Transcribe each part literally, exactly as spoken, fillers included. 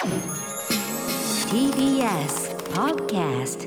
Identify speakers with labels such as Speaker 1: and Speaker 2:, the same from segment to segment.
Speaker 1: ティービーエス Podcast。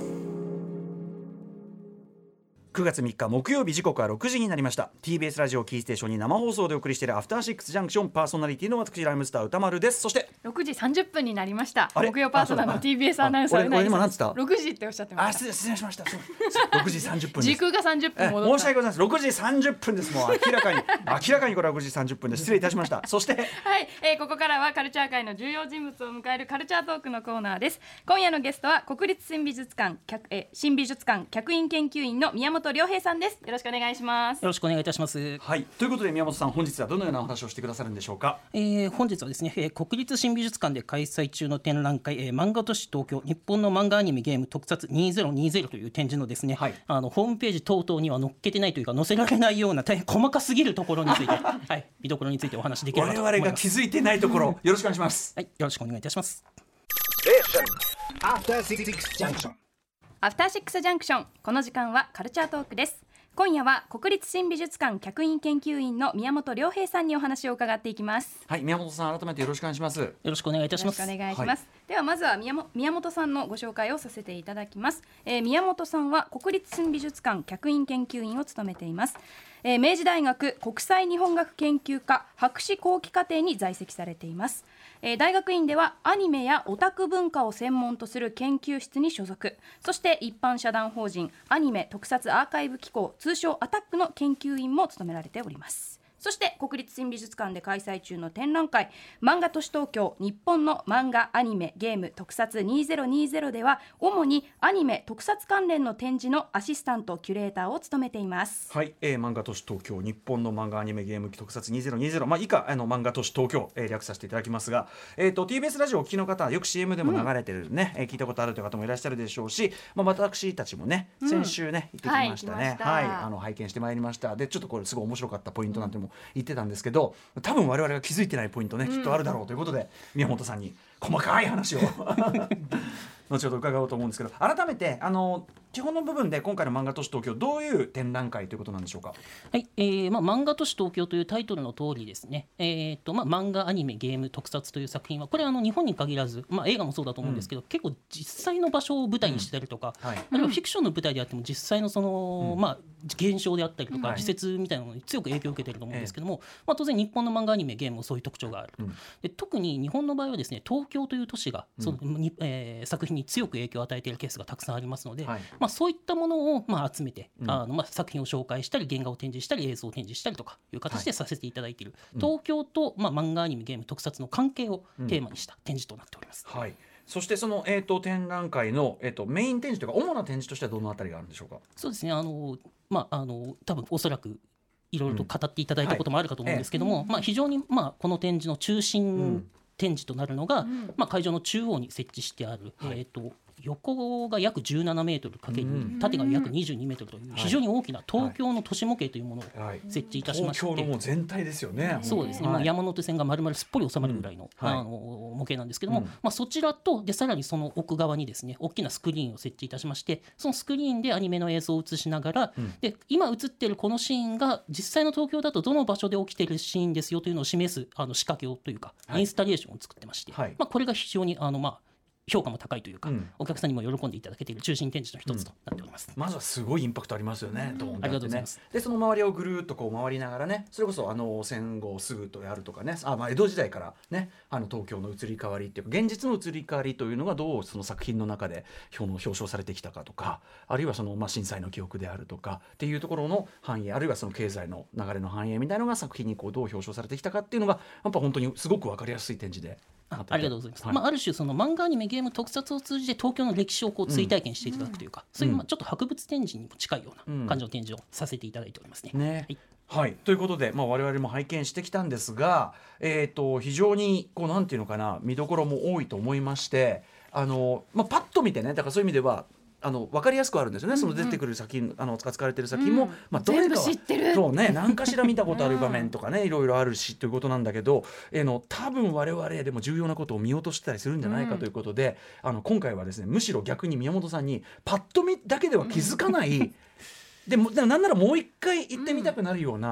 Speaker 2: くがつみっか木曜日、時刻はろくじになりました。 ティービーエス ラジオキーステーションに生放送でお送りしているアフターシックスジャンクション、パーソナリティの私ライムスター歌丸です。そして
Speaker 3: ろくじさんじゅっぷんになりました。
Speaker 2: あれ
Speaker 3: 木曜パーソナーの ティービーエス アナウンサー
Speaker 2: 俺俺今何つった？
Speaker 3: ろくじっておっしゃってま
Speaker 2: あ、
Speaker 3: した。
Speaker 2: 失礼失礼しました。そうろくじさんじゅっぷんです。
Speaker 3: 時空がさんじゅっぷん戻った。
Speaker 2: 申し訳ございません。ろくじさんじゅっぷんです。もう明らかに明らかにこれはろくじさんじゅっぷんです。失礼いたしました。そして
Speaker 3: はい、えー、ここからはカルチャー界の重要人物を迎えるカルチャートークのコーナーです。今夜のゲストは国立新美術館客、えー、新美術館客員研究員の宮本良平さんです。よろしくお願いします。
Speaker 4: よろしくお願いいたします。
Speaker 2: はい、ということで宮本さん、本日はどのようなお話をしてくださるんでしょうか。
Speaker 4: えー、本日はですね、えー、国立新美術館で開催中の展覧会、えー、漫画都市東京日本の漫画アニメゲーム特撮にせんにじゅうという展示のですね、はい、あのホームページ等々には載っけてないというか載せられないような大変細かすぎるところについて、はい、見どころについてお話しできればと思います。
Speaker 2: 我々が気づいてないところ、よろしくお願いします。
Speaker 4: はい、よろしくお願いいたします。
Speaker 3: アフターシックスジャンクション。アフターシックスジャンクション、この時間はカルチャートークです。今夜は国立新美術館客員研究員の宮本良平さんにお話を伺っていきます。
Speaker 2: はい、宮本さん、改めてよろしくお願いします。よ
Speaker 4: ろしくお願いいたします。
Speaker 3: よろしくお願いします。はい、ではまずは 宮, も宮本さんのご紹介をさせていただきます。えー、宮本さんは国立新美術館客員研究員を務めています。えー、明治大学国際日本学研究科博士後期課程に在籍されています。えー、大学院ではアニメやオタク文化を専門とする研究室に所属。そして一般社団法人アニメ特撮アーカイブ機構、通称アタックの研究員も務められております。そして国立新美術館で開催中の展覧会、漫画都市東京日本の漫画アニメゲーム特撮にせんにじゅうでは、主にアニメ特撮関連の展示のアシスタントキュレーターを務めています。
Speaker 2: はい、えー、漫画都市東京日本の漫画アニメゲーム特撮にせんにじゅう、まあ、以下あの漫画都市東京、えー、略させていただきますが、えー、と ティービーエス ラジオをお聞きの方はよく シーエム でも流れてるね、うん、えー、聞いたことあるという方もいらっしゃるでしょうし、まあ、私たちもね先週ね、うん、行ってきましたね。はい、はい、あの拝見してまいりました。でちょっとこれすごい面白かったポイントなんても言ってたんですけど、多分我々が気づいてないポイントね、きっとあるだろうということで、宮本さんに細かい話を後ほど伺おうと思うんですけど、改めてあの基本の部分で今回の漫画都市東京、どういう展覧会ということなんでしょうか。
Speaker 4: はい、えーまあ、漫画都市東京というタイトルの通りですね、えーとまあ、漫画アニメゲーム特撮という作品はこれはあの日本に限らず、まあ、映画もそうだと思うんですけど、うん、結構実際の場所を舞台にしてたりとか、うん、はい、あるいはフィクションの舞台であっても実際のその、うん、まあ、現象であったりとか、うん、施設みたいなのに強く影響を受けていると思うんですけども、えーまあ、当然日本の漫画アニメゲームもそういう特徴があると、うん、で特に日本の場合はですね、東京という都市がその、うん、えー、作品に強く影響を与えているケースがたくさんありますので、はい、まあ、そういったものをまあ集めて、うん、あのまあ作品を紹介したり原画を展示したり映像を展示したりとかいう形でさせていただいている、はい、東京とまあ漫画アニメゲーム特撮の関係をテーマにした展示となっております。
Speaker 2: うん、はい、そしてその、えー、と展覧会の、えー、とメイン展示というか主な展示としてはどのあたりがあるんでしょうか。
Speaker 4: そうですね、あの、まあ、あの多分おそらくいろいろと語っていただいたこともあるかと思うんですけども、うん、はい、まあ、非常に、まあ、この展示の中心展示となるのが、うん、まあ、会場の中央に設置してある、はい、えーと横が約じゅうななメートルかける縦が約にじゅうにメートルという非常に大きな東京の都市模型というものを設置いたしまして、
Speaker 2: 東京のもう全体ですよね。
Speaker 4: そうですね、まあ、山手線が丸々すっぽり収まるぐらいの、うん、はい、あの模型なんですけども、うん、まあ、そちらとでさらにその奥側にですね大きなスクリーンを設置いたしまして、そのスクリーンでアニメの映像を映しながら、うん、で今映っているこのシーンが実際の東京だとどの場所で起きているシーンですよというのを示すあの仕掛けをというか、はい、インスタレーションを作ってまして、はい、まあ、これが非常にあのまあ評価も高いというか、うん、お客さんにも喜んでいただけている中心展示の一つとなっております。
Speaker 2: うん、まずはすごいインパクトありますよね。うん、ドーンとね、
Speaker 4: ありがとうございます。
Speaker 2: でその周りをぐるっとこう回りながらね、それこそあの戦後すぐとやるとかね、あ、まあ、江戸時代からね、あの東京の移り変わりっていうか現実の移り変わりというのがどうその作品の中で表表彰されてきたかとか、あるいはその、まあ、震災の記憶であるとかっていうところの反映、あるいはその経済の流れの反映みたいなのが作品にこうどう表彰されてきたかっていうのがやっぱ本当にすごく分かりやすい展示で。
Speaker 4: あ, ありがとうございます。はい、まあ、ある種その漫画アニメゲーム特撮を通じて東京の歴史をこう追体験していただくというか、うん、そういうまあちょっと博物展示にも近いような感じの展示をさせていただいておりますね。うん、ね、
Speaker 2: はいはい、ということで、まあ、我々も拝見してきたんですが、えー、と非常にこうなんていうのかな、見どころも多いと思いまして、あの、まあ、パッと見てね、だからそういう意味ではあの分かりやすくあるんですよね。うんうん、その出てくる作品、あの扱われてる作品も、うん、まあ、どれかは
Speaker 3: 全部知ってる、
Speaker 2: そうね、何かしら見たことある場面とかね、いろいろあるしということなんだけど、えー、の多分我々でも重要なことを見落としてたりするんじゃないかということで、うん、あの今回はですね、むしろ逆に宮本さんにパッと見だけでは気づかない、うん、でもなんならもう一回行ってみたくなるような、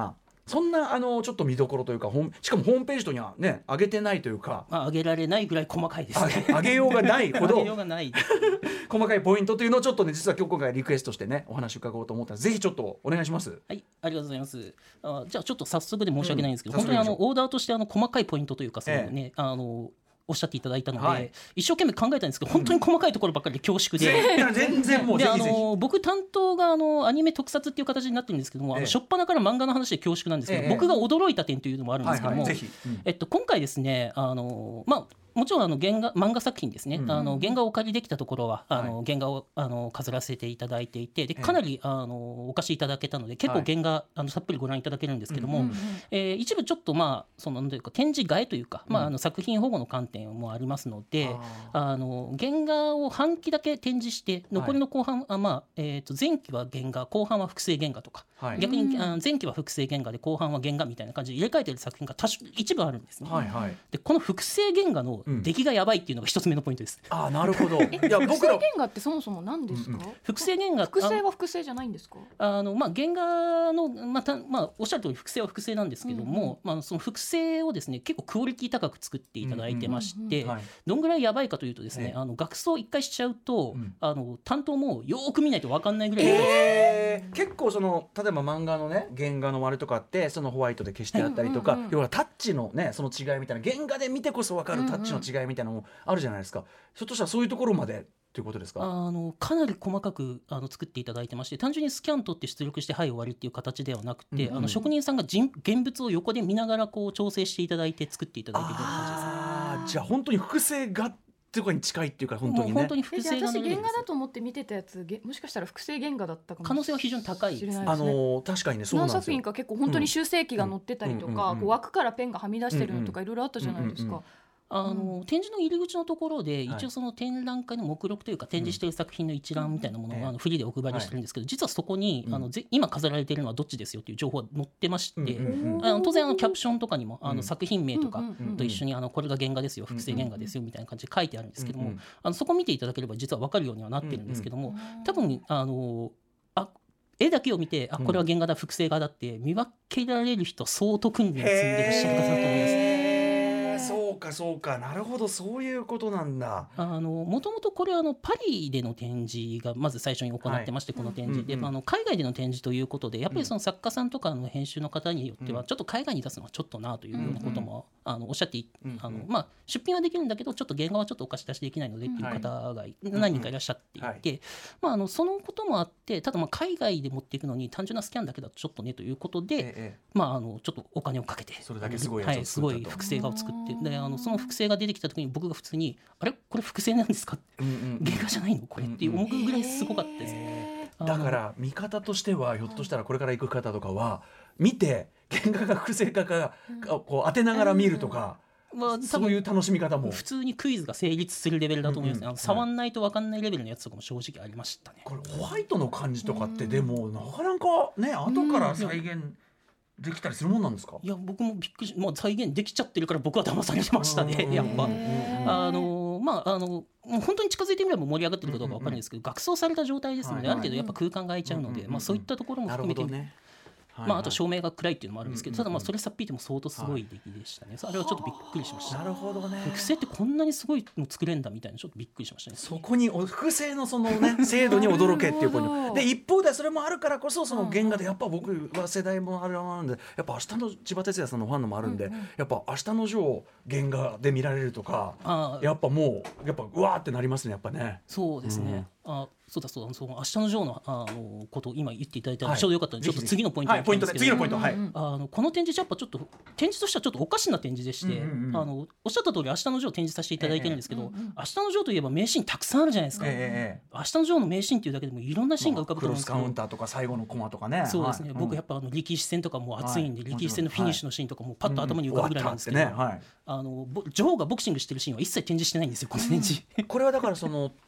Speaker 2: そんなあのちょっと見どころというか、しかもホームページとにはね上げてないというか、
Speaker 4: まあ、上げられないぐらい細かいですね。
Speaker 2: 上げようがないほど
Speaker 4: 上げようがない
Speaker 2: 細かいポイントというのをちょっとね実は今回リクエストしてねお話伺おうと思ったら、ぜひちょっとお願いします。
Speaker 4: はい、ありがとうございます。あじゃあちょっと早速で申し訳ないんですけど、
Speaker 2: うん、
Speaker 4: 本当にあのオーダーとしてあの細かいポイントというかその、ね
Speaker 2: ええ、
Speaker 4: あのおっしゃっていただいたので、
Speaker 2: はい、
Speaker 4: 一生懸命考えたんですけど、本当に細かいところばっかりで恐縮で、
Speaker 2: うん、全然もうぜひぜひ。
Speaker 4: であの僕担当があのアニメ特撮っていう形になってるんですけども、ええ、あの初っ端から漫画の話で恐縮なんですけど、ええ、僕が驚いた点というのもあるんですけども、
Speaker 2: はいはい、ぜひ、うん、
Speaker 4: えっと、今回ですねあの、まあもちろんあの原画漫画作品ですね、うん、あの原画をお借りできたところはあの、はい、原画をあの飾らせていただいていて、でかなりあのお貸しいただけたので結構原画、はい、あのたっぷりご覧いただけるんですけども、うんうん、えー、一部ちょっとまあそのなんていうか展示替えというか、うん、まあ、あの作品保護の観点もありますので、ああの原画を半期だけ展示して残りの後半、はい、あまあえー、と前期は原画後半は複製原画とか、はい、逆にあ前期は複製原画で後半は原画みたいな感じで入れ替えている作品が多種一部あるんですね、はいはい、でこの複製原画の出来がやばいっていうのが一つ目のポイントです。
Speaker 2: あ、なるほど。い
Speaker 3: や複製原画ってそもそも何ですか？
Speaker 4: うんうん、複製原画
Speaker 3: 複製は複製じゃないんですか？
Speaker 4: あの、まあ、原画の、まあたまあ、おっしゃる通り複製は複製なんですけども、うんうん、まあ、その複製をですね結構クオリティ高く作っていただいてまして、うんうんうん、はい、どんぐらいやばいかというとですね、えー、あの学装一回しちゃうと、うん、あの担当もよく見ないと分かんないぐらい、
Speaker 2: えー、結構その例えば漫画のね原画の丸とかってそのホワイトで消してあったりとか、うんうんうん、要はタッチのねその違いみたいな、原画で見てこそ分かるタッチの違いみたいなのもあるじゃないですか。ひょっとしたらそういうところまでということですか？
Speaker 4: あのかなり細かくあの作っていただいてまして、単純にスキャン取って出力してはい終わりっていう形ではなくて、うんうん、あの職人さんが人現物を横で見ながらこう調整していただいて作っていただいているような感じです。
Speaker 2: あ、じゃあ本当に複製画とかに近いっていうか、本当にね、
Speaker 4: もう本当に複製画のレベルです。
Speaker 3: 私原画だと思って見てたやつ、もしかしたら複製原画だったかもしれない。
Speaker 4: 可能性は非常に高いです、ね、
Speaker 2: あの確かにね、そうなんですよ。
Speaker 3: 何作品か結構本当に修正機が載ってたりとか、こう枠からペンがはみ出してるのとかいろいろあったじゃないですか。うんうんうん、
Speaker 4: あのうん、展示の入り口のところで一応その展覧会の目録というか展示している作品の一覧みたいなものをあのフリーでお配りしてるんですけど、実はそこにあのぜ今飾られているのはどっちですよという情報が載ってまして、あの当然あのキャプションとかにもあの作品名とかと一緒にあのこれが原画ですよ、複製原画ですよみたいな感じで書いてあるんですけども、あのそこ見ていただければ実は分かるようにはなってるんですけども、多分あのあ絵だけを見てあこれは原画だ複製画だって見分けられる人は相当訓練を積んでらっしゃる方だと思います。
Speaker 2: そうかそうか、なるほど、そういうことなんだ。
Speaker 4: あのもともとこれあのパリでの展示がまず最初に行ってまして、はい、この展示で、うんうん、あの海外での展示ということでやっぱりその作家さんとかの編集の方によってはちょっと海外に出すのはちょっとなというようなことも、うんうん、あのおっしゃってあの、まあ、出品はできるんだけどちょっと原画はちょっとお貸し出しできないのでっていう方が何人かいらっしゃっていて、うんうんはい、まあ、あのそのこともあってただまあ海外で持っていくのに単純なスキャンだけだとちょっとねということで、ええ、まあ、あのちょっとお金をかけて
Speaker 2: それだけすごいやつを作ったと、はい、
Speaker 4: すごい複製画を作ってであのその複製が出てきた時に僕が普通にあれこれ複製なんですか、うんうん、原画じゃないのこれっていう思うぐらいすごかったです、ね、
Speaker 2: だから見方としてはひょっとしたらこれから行く方とかは見て原画が複製画かこう当てながら見るとか、まあ、そういう楽しみ方も
Speaker 4: 普通にクイズが成立するレベルだと思います、ね、うんうん、あの触んないと分かんないレベルのやつとかも正直ありましたね。
Speaker 2: これホワイトの感じとかってでもなかなかね後から再現できたりするもんなんですか？
Speaker 4: いや僕もびっくりし、まあ、再現できちゃってるから僕は騙されてましたねやっぱあのまああのもう本当に近づいてみれば盛り上がってるかどうか分かるんですけど、学装された状態ですので、はいはい、ある程度やっぱ空間が空いちゃうので、うんうん、まあ、そういったところも含めて、ね、はいはい、まあ、あと照明が暗いっていうのもあるんですけど、うんうんうん、ただまあそれさっぴいても相当すごい出来でしたね、はい、あれはちょっとびっくりしました。
Speaker 2: なるほどね、
Speaker 4: 複製ってこんなにすごいの作れんだみたいなちょっとびっくりしましたね。
Speaker 2: そこに複製のそのね精度に驚けっていうことで一方でそれもあるからこそその原画でやっぱ僕は世代もあるなんでやっぱ明日の千葉哲也さんのファンのもあるんで、うんうん、やっぱ明日のジョー原画で見られるとかやっぱもうやっぱうわーってなりますねやっぱね。
Speaker 4: そうですね、うん、あそうだそうだそう明日のジョーの、あのことを今言っていただいたらちょうどよかったので、はい、ちょっと次のポイントに行きたいんですけど、はい、ポイントで次のポイント、はい、あのこの展示やっぱちょっと展示としてはちょっとおかしな展示でして、うんうんうん、あのおっしゃった通り明日のジョーを展示させていただいてるんですけど、えーうんうん、明日のジョーといえば名シーンたくさんあるじゃないですか、えー、明日のジョーの名シーンっていうだけでもいろんなシーンが浮かぶと思うんですけど、
Speaker 2: クロスカウンターとか最後のコマとかね、
Speaker 4: そうですね、はい、僕やっぱあの力士戦とかも熱いんで、はい、力士戦のフィニッシュのシーンとかもパッと頭に浮かぶぐらいなんですけど、うんうん、ね、はい、あのジョーがボクシングしてるシーンは一切展示してないんですよこの展示、
Speaker 2: うん、これはだからその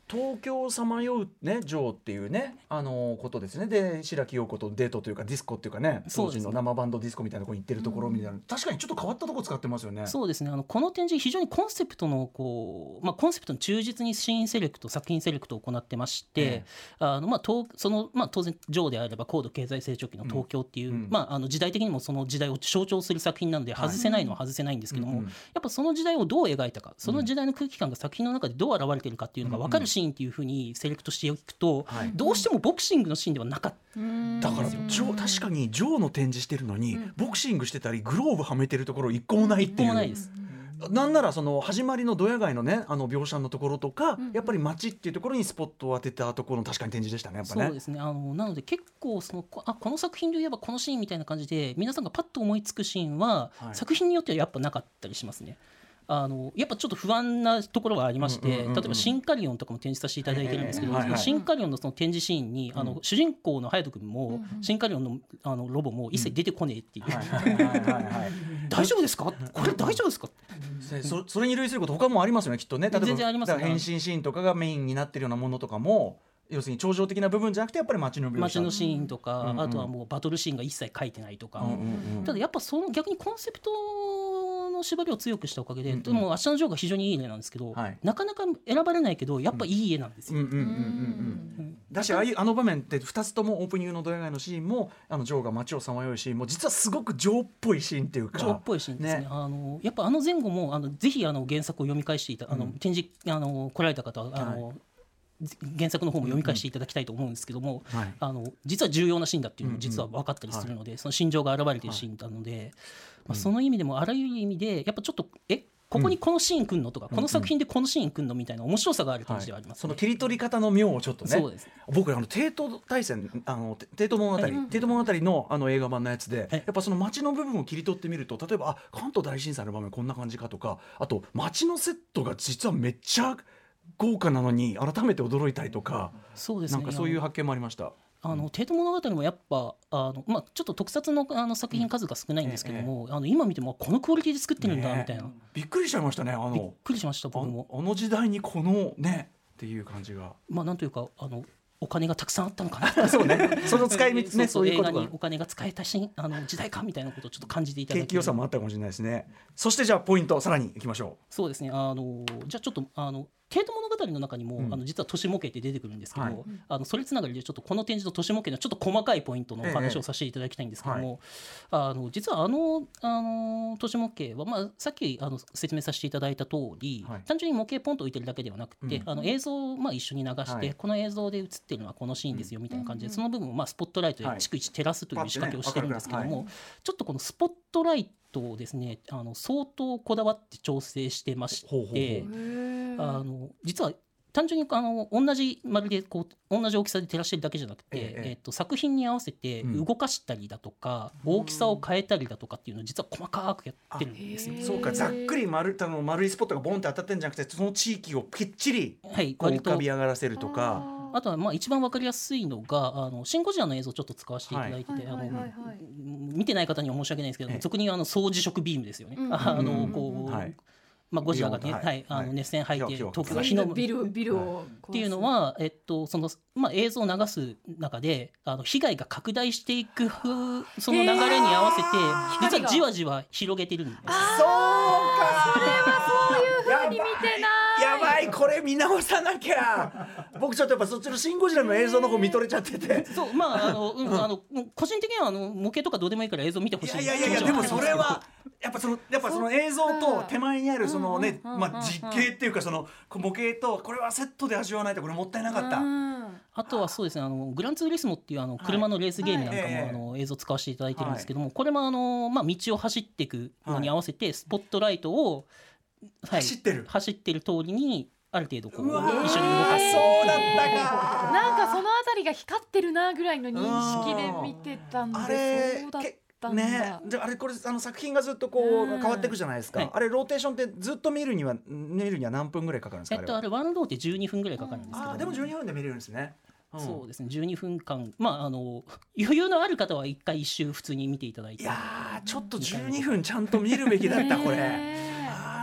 Speaker 2: 東京をさまようねジョーっていうねあのことですね。で白木陽子とデートというかディスコっていうかね当時の生バンドディスコみたいなところに行ってるところみたいな、うん、確かにちょっと変わったところ使ってますよね。
Speaker 4: そうですね。あのこの展示非常にコンセプトのこう、まあ、コンセプトに忠実にシーンセレクト作品セレクトを行ってまして、ええあのまあ、東そのまあ、当然ジョーであれば高度経済成長期の東京っていう、うんまあ、あの時代的にもその時代を象徴する作品なので外せないのは外せないんですけども、はいうんうん、やっぱその時代をどう描いたかその時代の空気感が作品の中でどう現れているかっていうのが分かるシーンっていう風にセレクトしていくと、うんうん、どうしてもボクシングのシーンではなかった。
Speaker 2: だからジョー確かにジョーの展示してるのに、うん、ボクシングしてたりグローブはめてるところ一個もないっていう。一個もないです。なんならその始まりのドヤ街のねあの描写のところとか、うんうん、やっぱり街っていうところにスポットを当てたところの確かに展示でしたねやっぱね。
Speaker 4: そうですね。あのなので結構そのあこの作品で言えばこのシーンみたいな感じで皆さんがパッと思いつくシーンは、はい、作品によってはやっぱなかったりしますね。あのやっぱちょっと不安なところはありまして、うんうんうんうん、例えばシンカリオンとかも展示させていただいてるんですけど、えーはいはい、シンカリオンのその展示シーンに、うん、あの主人公の隼人君も、うん、シンカリオン の, あのロボも一切出てこねえっていう、大丈夫ですかこれ大丈夫ですか
Speaker 2: そ, それに類すること他もありますよねきっとね。例えば
Speaker 4: 全然ありますね。
Speaker 2: 変身シーンとかがメインになってるようなものとかも要するに超常的な部分じゃなくてやっぱり街の描写
Speaker 4: 街のシーンとか、うんうん、あとはもうバトルシーンが一切書いてないとか、うんうんうん、ただやっぱその逆にコンセプトの縛りを強くしたおかげで、うんうん、でも明日のジョーが非常にいい絵なんですけど、はい、なかなか選ばれないけどやっぱいい絵なんですよ。
Speaker 2: だし あ, あの場面ってふたつともオープニングのドヤ街のシーンもあのジョーが街をさまようシーンも実はすごくジョーっぽいシーンっていうか
Speaker 4: ジョーっぽいシーンですね。ねあのやっぱあの前後もあのぜひあの原作を読み返していたあの、うん、展示あの来られた方はあの、はい原作の方も読み返していただきたいと思うんですけども、うんうん、あの実は重要なシーンだっていうのも実は分かったりするので、うんうん、その心情が現れているシーンなので、はいまあ、その意味でもあらゆる意味でやっぱちょっとえここにこのシーン来んのとか、うん、この作品でこのシーン来んのみたいな面白さがある展示ではあります、ねはい、
Speaker 2: その切り取り方の妙をちょっとね。
Speaker 4: そうです。
Speaker 2: 僕あの帝都大戦あの帝都物語、はい、帝都物語 の, あの映画版のやつで、はい、やっぱその街の部分を切り取ってみると例えばあ関東大震災の場面こんな感じかとかあと街のセットが実はめっちゃ豪華なのに改めて驚いたりとか、
Speaker 4: そうですね、
Speaker 2: なんかそういう発見もありました。
Speaker 4: あの帝都物語もやっぱあの、まあ、ちょっと特撮 の, あの作品数が少ないんですけども、うんええ、あの今見てもこのクオリティで作ってるんだみたいな、ね、
Speaker 2: びっくりしちゃいましたね。あの
Speaker 4: びっくりしました僕も
Speaker 2: あ, あの時代にこのねっていう感じが、
Speaker 4: まあなんというかあのお金がたくさんあったのかな
Speaker 2: そうねその使い道ねそういうこと
Speaker 4: 映画にお金が使えたしあの時代かみたいなことをちょっと感じていただける
Speaker 2: 景気良さもあったかもしれないですね。そしてじゃあポイントさらにいきましょう。
Speaker 4: そうですねあのじゃあちょっとあの帝都物語の中にも、うん、あの実は都市模型って出てくるんですけど、はい、あのそれつながりでちょっとこの展示の都市模型のちょっと細かいポイントのお話をさせていただきたいんですけども、ええはい、あの実はあの、あの都市模型は、まあ、さっきあの説明させていただいた通り、はい、単純に模型ポンと置いてるだけではなくて、うん、あの映像をまあ一緒に流して、はい、この映像で映ってるのはこのシーンですよみたいな感じで、うん、その部分をまあスポットライトで逐一照らすという仕掛けをしてるんですけども、はいね、ちょっとこのスポットライトをですねあの相当こだわって調整してましてほうほうほうあの実は単純にあの同じまるでこう同じ大きさで照らしてるだけじゃなくて、えええっと、作品に合わせて動かしたりだとか、うん、大きさを変えたりだとかっていうのを実は細かくやってるんですよ。
Speaker 2: そうかざっくり 丸, の丸いスポットがボンって当たってるんじゃなくてその地域をきっちりこう浮かび上がらせるとか、
Speaker 4: はい、あとはまあ一番分かりやすいのがあのシン・ゴジラの映像をちょっと使わせていただいてて見てない方には申し訳ないんですけど、ええ、俗に言うあの総磁石ビームですよね、うん、あのこう、はいまあ、ゴジラが、ねはいはい、あの熱線吐いて東京が火の
Speaker 3: ビルビルを
Speaker 4: っていうのは、えっとそのまあ、映像を流す中であの被害が拡大していくその流れに合わせて実はじわじわ広げてるんです。
Speaker 2: そうか
Speaker 3: それはそういう風に見てない
Speaker 2: やばいこれ見直さなきゃ僕ちょっとやっぱそっちのシン・ゴジラの映像の方見とれちゃってて
Speaker 4: そうまああの、うん、あの個人的にはあの模型とかどうでもいいから映像見てほしい。
Speaker 2: いやいやいやでもそれはやっぱそのやっぱその映像と手前にあるそのね、まあ、実景っていうかその模型とこれはセットで味わわないとこれもったいなかった。
Speaker 4: あとはそうですねあのグランツーリスモっていうあの車のレースゲームなんかも、はいはい、あの映像使わせていただいてるんですけども、はい、これもあの、まあ、道を走っていくのに合わせてスポットライトを、
Speaker 2: はい、走ってる
Speaker 4: 走ってる通りにある程度こう一緒に動かす。
Speaker 2: そうだったか
Speaker 3: なんかそのあたりが光ってるなぐらいの認識で見てたんで
Speaker 2: あれ
Speaker 3: そうだった
Speaker 2: ね、であれこれあの作品がずっとこう変わっていくじゃないですか、はい、あれローテーションってずっと見るには見るには何分ぐらいかかるんですか。
Speaker 4: えっと、あれワンローってじゅうにふんぐらいかかるんですけど、
Speaker 2: あでもじゅうにふんで見れるんですね、
Speaker 4: うん、そうですねじゅうにふんかん、まあ、あの余裕のある方はいっかい一周普通に見ていただいて、
Speaker 2: いやちょっとじゅうにふんちゃんと見るべきだったこれあ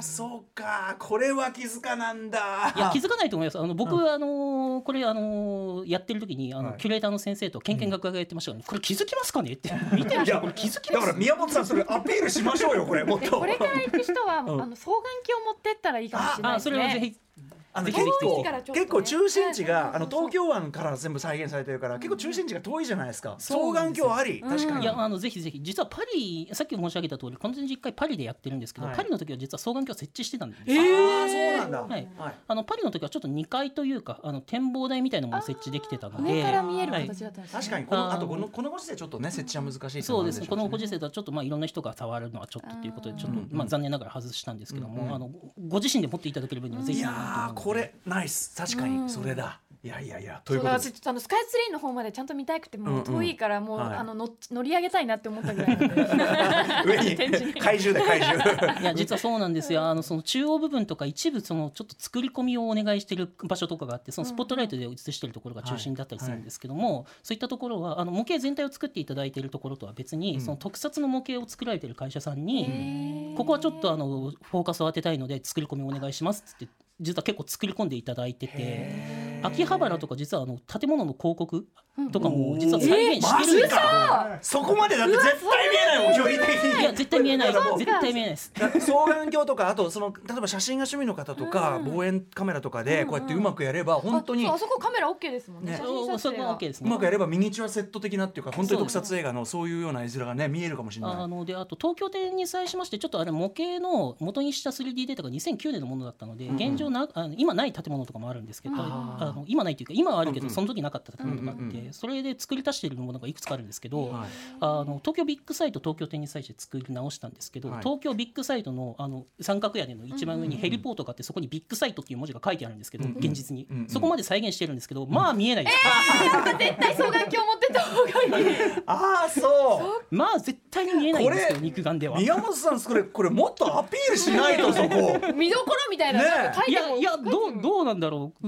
Speaker 2: そうか、これは気づかなんだ。
Speaker 4: いや気づかないと思います。あの僕、うん、あのこれあのやってる時にあの、はい、キュレーターの先生とけんけんがくがやってましたから、ね、うん、これ気づきますかねって見てる人これ気づきます。
Speaker 2: だから宮本さんそれアピールしましょうよこれもっと。
Speaker 3: これから行く人は、うん、あの双眼鏡を持ってったらいいかもしれないですね。ああそれはぜひ。
Speaker 2: あの結構、ね、結構中心地があの東京湾から全部再現されてるから、結構中心地が遠いじゃないですか。双眼鏡あり、確かに。
Speaker 4: いやあのぜひぜひ、実はパリ、さっき申し上げた通りこの展示いっかいパリでやってるんですけど、はい、パリの時は実は双眼鏡を設置してたんです。
Speaker 2: えー、あそうなんだ、
Speaker 4: はいはい、あのパリの時はちょっとにかいというかあの展望台みたいなものを設置できてたので、
Speaker 3: 上から見える形だったんですね。
Speaker 2: 確かにこのあとこのこのご時世ちょっとね設置は難しい、ね、
Speaker 4: そうですね。このご時世だとちょっとまあいろんな人が触るのはちょっとということでちょっとまあ残念ながら外したんですけども、うんうん、あのご自身で持っていただける分にはぜひ。い
Speaker 2: やこれナイス、確かにそれだ、うん、いやいやいやということで、
Speaker 3: 私あのスカイツリーの方までちゃんと見たくてもう遠いからもう、うんうん、あのの乗り上げたいなって思ったぐらい
Speaker 2: 上に怪獣で怪獣
Speaker 4: いや実はそうなんですよ。あのその中央部分とか一部そのちょっと作り込みをお願いしてる場所とかがあって、そのスポットライトで映してるところが中心だったりするんですけども、はいはい、そういったところはあの模型全体を作っていただいているところとは別に、うん、その特撮の模型を作られている会社さんに、ここはちょっとあのフォーカスを当てたいので作り込みをお願いしますって実は結構作り込んでいただいてて、秋葉原とか実はあの建物の広告とかも実は再現してるんですけど、
Speaker 2: そこまでだって絶対見えないもん距離的に。
Speaker 4: いや絶対見えないです絶対見えないです。
Speaker 2: 双眼鏡とかあとその例えば写真が趣味の方とか、うん、望遠カメラとかでこうやってうまくやれば本当に
Speaker 3: あ, あそこカメラ OK ですもんね。ね
Speaker 4: そうそこは OK ですね。
Speaker 2: うまくやればミニチュアセット的なっていうか本当に特撮映画のそういうような絵面がね見えるかもしれない。
Speaker 4: あのであと東京展に際しましてちょっとあれ模型の元にした スリーディー データがにせんきゅうねんのものだったので、うん、現状なあの今ない建物とかもあるんですけど、ああの今ないというか今はあるけど、うんうん、その時なかった建物があって、うんうんうん、それで作り足しているものがいくつかあるんですけど、はい、あの東京ビッグサイト東京展に際して作り直したんですけど、はい、東京ビッグサイト の, あの三角屋根の一番上にヘリポートがあって、そこにビッグサイトっていう文字が書いてあるんですけど、うんうん、現実に、うんうん、そこまで再現してるんですけど、まあ見えないです、
Speaker 3: えー、やっぱ絶対双眼鏡持ってた方がいい
Speaker 2: ああそう
Speaker 4: まあ絶対に見えないんですけど肉眼では。
Speaker 2: 宮本さんこれこれもっとアピールしないとそこ
Speaker 3: 見どころみたいな、ね、なんか書いても
Speaker 4: いやいやどうどうなんだろう、うん、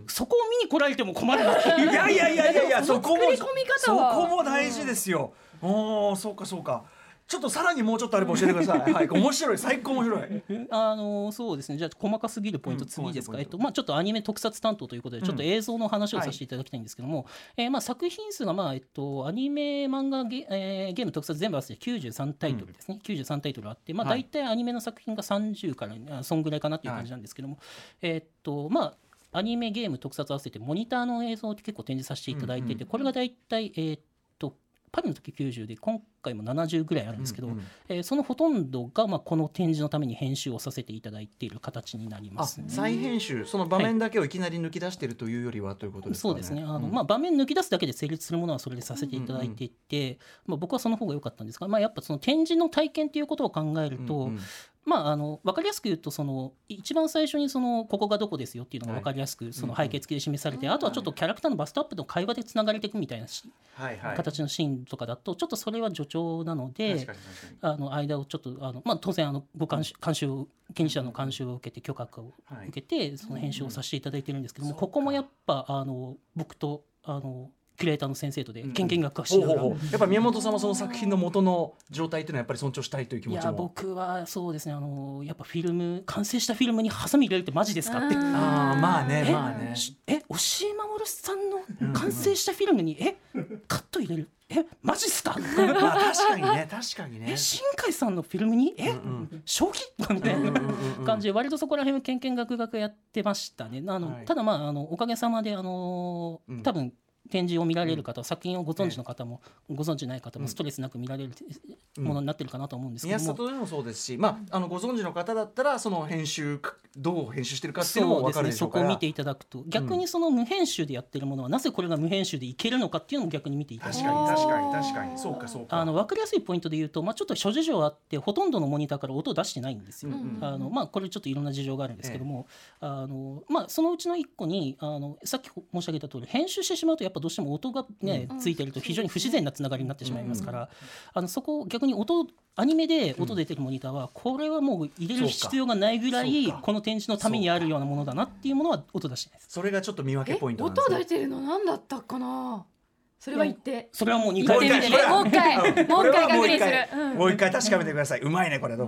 Speaker 4: そこを見に来られても困るな。
Speaker 2: いやいやいやいやいやそこも
Speaker 3: 作り込み方は
Speaker 2: そこも大事ですよ。おーそうかそうか。ちょっとさらにもうちょっとあれば教えてください。はい、面白い最高面白い。
Speaker 4: あのそうですね。じゃあ細かすぎるポイント次ですか。うん、えっとまあちょっとアニメ特撮担当ということでちょっと映像の話をさせていただきたいんですけども、うんはいえー、まあ作品数がまあえっとアニメ漫画 ゲ,、えー、ゲーム特撮全部合わせてきゅうじゅうさんタイトルですね。うん、きゅうじゅうさんタイトルあってまあ大体アニメの作品がさんじゅうからそんぐらいかなっていう感じなんですけども、はい、えー、っとまあアニメゲーム特撮合わせてモニターの映像を結構展示させていただいていて、うんうん、これが大体えー、っとパリの時きゅうじゅうで今回もななじゅうぐらいあるんですけど、うんうんえー、そのほとんどがまあこの展示のために編集をさせていただいている形になります、ね、
Speaker 2: あ再編集その場面だけをいきなり抜き出しているというよりは、はい、ということですかね。
Speaker 4: そうですねあの、うんまあ、場面抜き出すだけで成立するものはそれでさせていただいていて、うんうんまあ、僕はその方が良かったんですが、まあ、やっぱその展示の体験ということを考えると、うんうんまあ、あの分かりやすく言うとその一番最初にそのここがどこですよっていうのが分かりやすくその背景付きで示されて、はい、あとはちょっとキャラクターのバストアップと会話でつながれていくみたいな、はいはい、形のシーンとかだとちょっとそれは助長なのであの間をちょっとあの、まあ、当然あのご監修監修を権利者の監修を受けて許可を受けてその編集をさせていただいてるんですけども、ここもやっぱあの僕とあのキュレーターの先生とでけんけんがくをしながら、うん、
Speaker 2: やっぱ宮本さんはその作品の元の状態というのはやっぱり尊重したいという気持ちも。
Speaker 4: いや僕はそうですねあのやっぱフィルム完成したフィルムにハサミ入れるってマジですかって
Speaker 2: あまあねまあね
Speaker 4: え押井守さんの完成したフィルムに、うん、えカット入れるえマジっすか
Speaker 2: まあ確かにね確かにね
Speaker 4: え新海さんのフィルムにえ、うんうん、正気みたいな感じで割とそこら辺はけんけんがくがくやってましたね。あの、はい、ただまああのおかげさまであの多分、うん展示を見られる方、うん、作品をご存知の方も、ね、ご存知ない方もストレスなく見られるものになってるかなと思うんですけども、
Speaker 2: 宮里でもそうですし、まあ、あのご存知の方だったらその編集どう編集してるかっていうのも分かるでしょうから、
Speaker 4: そこを見ていただくと逆にその無編集でやってるものはなぜこれが無編集でいけるのかっていうのも逆に見ていただく。
Speaker 2: 確かに確かに確かにそうかそうか
Speaker 4: あの分かりやすいポイントで言うと、まあ、ちょっと諸事情あってほとんどのモニターから音を出してないんですよ、うんうん、あのまあ、これちょっといろんな事情があるんですけども、ええあのまあ、そのうちのいっこにあのさっき申し上げた通り編集してしまうとやっぱどうしても音がね、うん、ついてると非常に不自然なつながりになってしまいますから、うん、あのそこを逆に音アニメで音出てるモニターはこれはもう入れる必要がないぐらいこの展示のためにあるようなものだなっていうものは音出してないです。
Speaker 2: それがちょっと見分けポイントなんですね。
Speaker 3: 音出てるの何だったかな。それは言って
Speaker 4: それはもうにかい
Speaker 3: 言ってみてねもう一回もう一回確認する
Speaker 2: もう一回確かめてください、うん、うまいねこれどうも、うん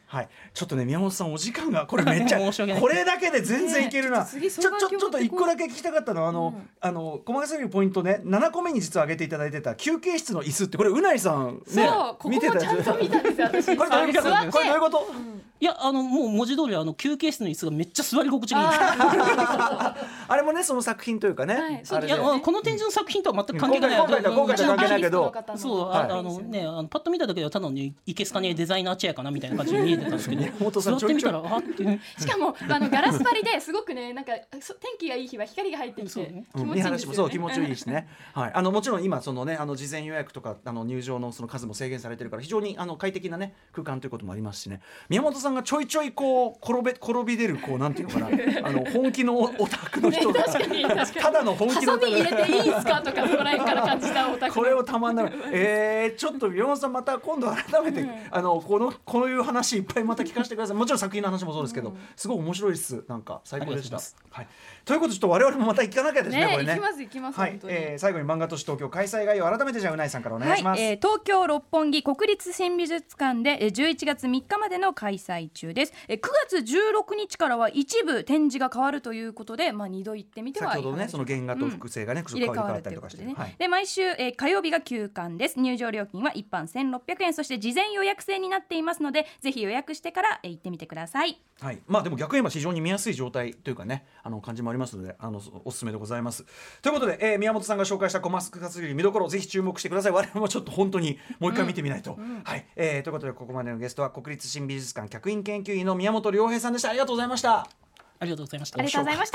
Speaker 2: はい、ちょっとね宮本さんお時間がこれめっちゃ
Speaker 4: 申し訳ない
Speaker 2: これだけで全然いけるな、
Speaker 3: ねちょっと次
Speaker 2: ちょちょちょっと一個だけ聞きたかったのはあの、
Speaker 3: うん
Speaker 2: あの細かすぎるポイントねななこめに実は挙げていただいてた休憩室の椅子ってこれうないさん
Speaker 3: そう、
Speaker 2: ね
Speaker 3: ここもちゃんと見たんですよ私。
Speaker 2: これどういうこと
Speaker 3: 座って
Speaker 2: これどういうこと、
Speaker 4: いやあのもう文字通りあの休憩室の椅子がめっちゃ座り心地がいいんですよ。
Speaker 2: あれもねその作品というかね、
Speaker 3: はい
Speaker 2: あれで
Speaker 4: いやあこの展示の作品とは全く関係ない。
Speaker 2: 今回とは今回とは関係ないけど
Speaker 3: アーティストの方の
Speaker 4: そう、
Speaker 2: はい
Speaker 4: ああのねあのパッと見ただけではただのねいけすかねえデザイナーチェアかなみたいな感じに見えてたんですけど
Speaker 2: 本さん
Speaker 4: 座ってみたらあっていう
Speaker 3: しかもあのガラス張りですごくねなんかそ天気がいい日は光が入ってきて
Speaker 4: そうね
Speaker 3: 気持ちいいん
Speaker 2: いい話
Speaker 3: ですよね。
Speaker 2: もそう気持ちいいしね、はい、あのもちろん今そのねあの事前予約とかあの入場のその数も制限されてるから非常にあの快適なね空間ということもありますしね宮本さんがちょいちょいこう転べ転び出るこうなんていうのかなあの本気のオタクの人が
Speaker 3: 確かに確かに
Speaker 2: ただの本気のオタク
Speaker 3: ハサミ入れていいんすかとかそこら辺から感じたオタク
Speaker 2: これをたまんない、えー、ちょっと宮本さんまた今度改めて、うん、あのこのこういう話いっぱいまた聞かせてください。もちろん作品の話もそうですけど、うん、すごい面白いです。なんか最高でした。はい、ということでちょっと我々もまた行かなきゃですね。
Speaker 3: ね
Speaker 2: これね。
Speaker 3: 行きます行きます。
Speaker 2: はい、
Speaker 3: 本当に
Speaker 2: えー、最後に漫画都市東京開催概要改めてじゃあうないさんからお願いします。
Speaker 3: はい、えー、東京六本木国立新美術館でえーじゅういちがつみっかまでの開催中です。えー、くがつじゅうろくにちからは一部展示が変わるということで、まあ二度行ってみてはいい。
Speaker 2: 先ほどねその原画と複製がね、うん、
Speaker 3: 入れ替わるということでね。はい、で毎週、えー、火曜日が休館です。入場料金は一般せんろっぴゃくえん、そして事前予約制になっていますのでぜひ予約してから、えー、行ってみてください。
Speaker 2: はい、まあでも逆に言えば非常に見やすい状態というかねあの感じもありますのであのおすすめでございます。ということで、えー、宮本さんが紹介したコマスク活見どころぜひ注目してください。我々もちょっと本当にもう一回見てみないと、うんうん、はい、えー、ということでここまでのゲストは国立新美術館客員研究員の宮本良平さんでした。ありがとうございました。
Speaker 4: ありがとうございました。
Speaker 3: ありがとうございました。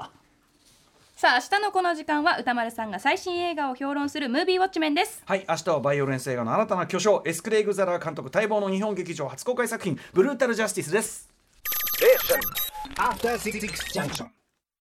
Speaker 3: さあ明日のこの時間は歌丸さんが最新映画を評論するムービーウォッチメンです。
Speaker 2: はい、明日はバイオレンス映画の新たな巨匠エスクレイグ・ザラー監督待望の日本劇場初公開作品ブルータル・ジャスティスです。
Speaker 5: After Six Junction